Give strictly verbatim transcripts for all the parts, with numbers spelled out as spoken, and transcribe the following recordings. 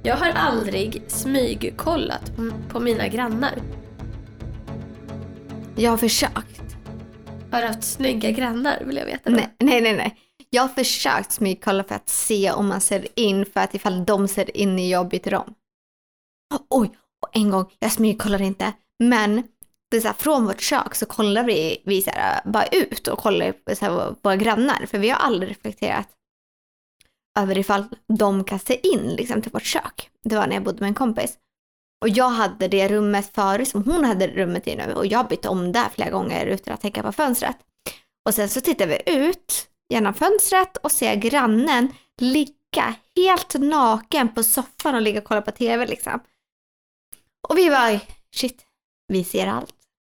Jag har aldrig smygkollat på mina grannar. Jag har försökt. Har du haft snygga grannar, vill jag veta då? Nej, nej, nej, nej. Jag har försökt smygkolla för att se om man ser in, för att ifall de ser in i jag byter om. Oj, och en gång, jag smygkollade inte, men det är så här, från vårt kök så kollar vi, vi så här, bara ut och kollar på så här, våra grannar, för vi har aldrig reflekterat över ifall de kan se in liksom, till vårt kök. Det var när jag bodde med en kompis. Och jag hade det rummet före som hon hade rummet inne, och jag bytte om där flera gånger utan att tänka på fönstret. Och sen så tittar vi ut genom fönstret och ser grannen ligga helt naken på soffan och ligga och kolla på tv liksom. Och vi var, shit, vi ser allt.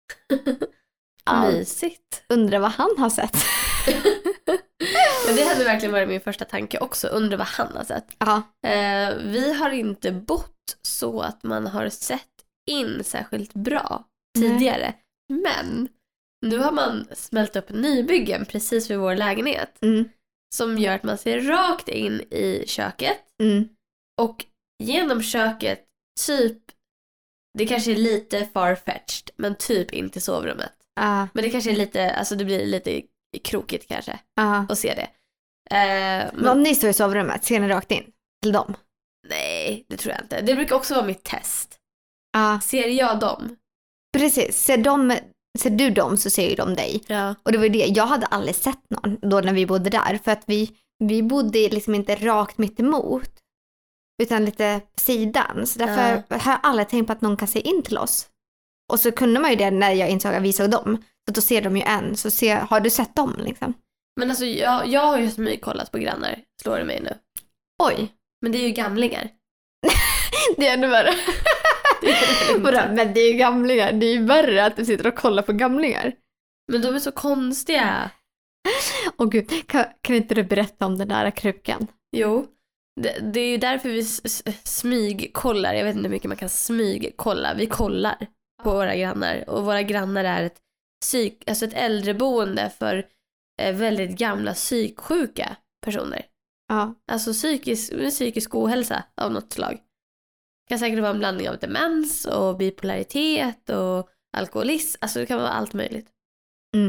allt. Mysigt. Undrar vad han har sett. Men det hade verkligen varit min första tanke också. Undrar vad han har sett. Ja. Eh, vi har inte bott så att man har sett in särskilt bra tidigare. Mm. Men nu har man smält upp nybyggen precis vid vår lägenhet. Mm. Som gör att man ser rakt in i köket. Mm. Och genom köket typ, det kanske är lite farfetched, men typ in till sovrummet. Uh. Men det kanske är lite, alltså det blir lite krokigt kanske uh. att se det. Uh, men om ni står i sovrummet, ser ni rakt in till dem? Nej, det tror jag inte. Det brukar också vara mitt test. Uh. Ser jag dem? Precis, ser, de, ser du dem så ser ju de dig. Ja. Och det var det, jag hade aldrig sett någon då när vi bodde där. För att vi, vi bodde liksom inte rakt mitt emot, utan lite sidan. Så därför uh. har jag aldrig tänkt på att någon kan se in till oss. Och så kunde man ju det när jag insåg att vi såg dem. Så då ser de ju en. Så ser, har du sett dem liksom? Men alltså jag, jag har ju smygkollat på grannar. Slår det mig nu? Oj. Men det är ju gamlingar. Det är ännu värre. Det är men det är ju gamlingar. Det är ju värre att du sitter och kollar på gamlingar. Men de är så konstiga. Åh gud, kan, kan inte du berätta om den där krukan? Jo, det, det är ju därför vi smygkollar. Jag vet inte hur mycket man kan smygkolla. Vi kollar på våra grannar. Och våra grannar är ett, psyk, alltså ett äldreboende för eh, väldigt gamla psyksjuka personer. Ja. Alltså psykisk, psykisk ohälsa av något slag. Det kan säkert vara en blandning av demens och bipolaritet och alkoholism. Alltså det kan vara allt möjligt. Mm.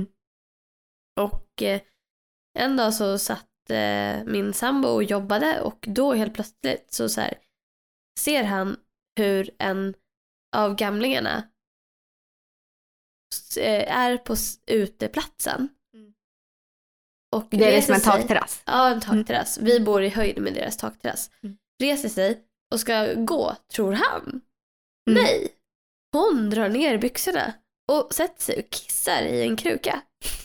Och eh, en dag så satt eh, min sambo och jobbade, och då helt plötsligt så, så här, ser han hur en av gamlingarna eh, är på uteplatsen. Mm. Och det är liksom en takterrass. Ja, en takterrass. Mm. Vi bor i höjd med deras takterrass. Mm. Reser sig och ska gå, tror han. Mm. Nej. Hon drar ner byxorna och sätter sig och kissar i en kruka.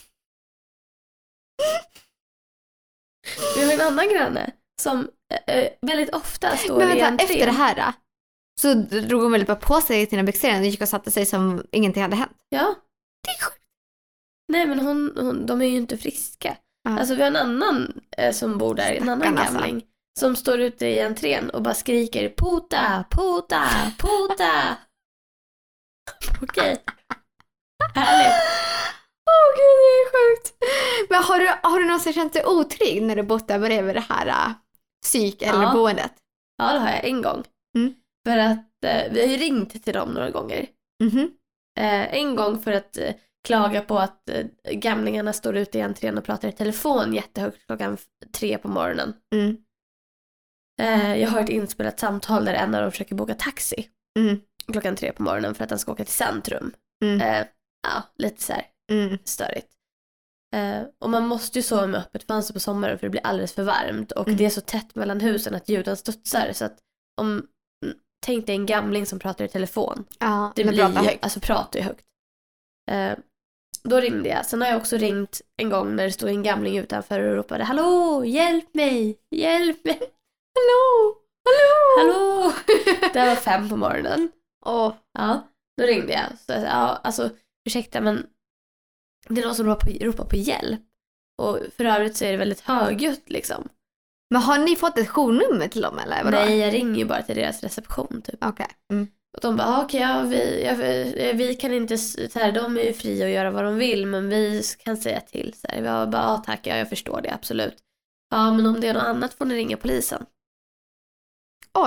Vi har en annan granne som äh, väldigt ofta står Men vänta, i entrén. efter det här då, så drog hon väl bara på sig sina byxor och gick och satte sig som ingenting hade hänt. Ja. Det är sjukt. Nej, men hon, hon, de är ju inte friska. Ja. Alltså vi har en annan eh, som bor där, en annan gamling. Alltså. Som står ute i entrén och bara skriker puta, puta, puta. Okej. Härligt. Åh oh, gud, det är sjukt. Men har du, har du någonsin känt dig otrygg när du bott där bredvid det här uh, psyk eller ja. boendet? Ja, det har jag en gång. Mm. För att eh, vi har ju ringt till dem några gånger. Mm-hmm. Eh, en gång för att eh, klaga på att eh, gamlingarna står ute i entrén och pratar i telefon jättehögt klockan tre på morgonen. Mm. Eh, jag har ett inspelat samtal där en av dem försöker boka taxi. Mm. Klockan tre på morgonen för att han ska åka till centrum. Mm. Eh, ja, lite så här mm. störigt. Eh, och man måste ju sova med öppet fönster på sommaren för det blir alldeles för varmt. Och mm. det är så tätt mellan husen att ljuden studsar. Så att om, tänk dig en gamling som pratar i telefon. Ja, det blir pratar högt. Alltså pratar ju högt. Eh, då ringde jag. Sen har jag också ringt en gång när det stod en gamling utanför och ropade: hallå, hjälp mig, hjälp mig. Hallå, hallå, hallå. Det var fem på morgonen. Oh. Ja, då ringde jag. Så, ja, alltså, ursäkta, men det är någon som ropar på, ropar på hjälp. Och för övrigt så är det väldigt högljutt liksom. Men har ni fått ett journummer till dem eller? Vadå? Nej, jag ringer ju bara till deras reception typ. Okej. Okay. Mm. Och de bara, okej, okay, ja, vi, ja, vi kan inte, så här, de är ju fria att göra vad de vill, men vi kan säga till. Så här, jag bara, ja tack, ja, jag förstår det, absolut. Ja, men om det är något annat får ni ringa polisen. Oj.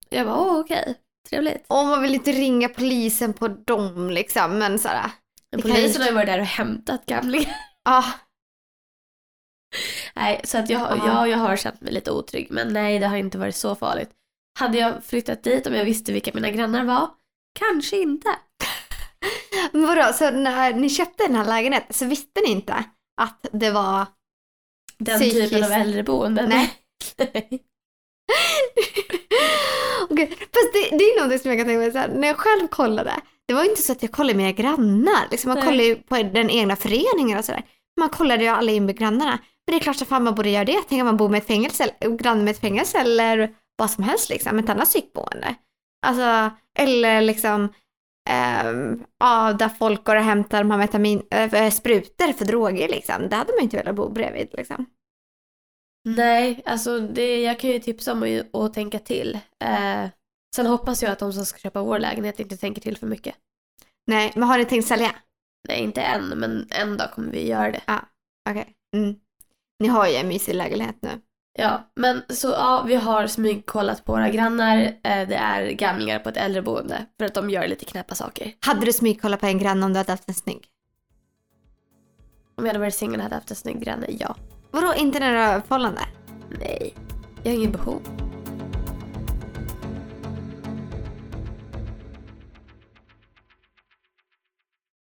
Jag bara, åh okej, okay. Trevligt. Och man vill inte ringa polisen på dem liksom, men sådär. Men polisen har ju varit där och hämtat gamlingar. Ja. Nej, så att jag, ja, jag har känt mig lite otrygg. Men nej, det har inte varit så farligt. Hade jag flyttat dit om jag visste vilka mina grannar var? Kanske inte. Men vadå, så när ni köpte den här lägenheten så visste ni inte att det var den psykiskt... typen av äldreboende? Nej. Okay. Fast det, det är något som jag kan tänka mig så här, när jag själv kollade, det var inte så att jag kollade med grannar, liksom, man Nej. kollade ju på den egna föreningen och sådär. Man kollade ju alla in med grannarna. Men det är klart så fan man borde göra det. Tänk om man bor med ett fängelse, grann med ett fängelse eller vad som helst liksom, ett annat psykboende. Alltså, eller liksom ähm, ja, där folk går och hämtar de här metamin, äh, sprutor för droger liksom. Det hade man inte velat bo bredvid liksom. Nej, alltså det, jag kan ju tipsa om att, att tänka till. Eh, sen hoppas jag att de som ska köpa vår lägenhet inte tänker till för mycket. Nej, men har ni tänkt sälja? Nej, inte än, men en dag kommer vi göra det. Ja, ah, okej. Okay. Mm. Ni har ju en mysig lägenhet nu. Ja, men så ja, vi har smygkollat på våra grannar. Eh, det är gamlingar på ett äldreboende för att de gör lite knäppa saker. Hade du smygkollat på en grann om du hade haft en snygg? Om jag hade varit singel och hade haft en snygg granne, ja. Vadå, inte när du har förhållande? Nej, jag har ingen behov.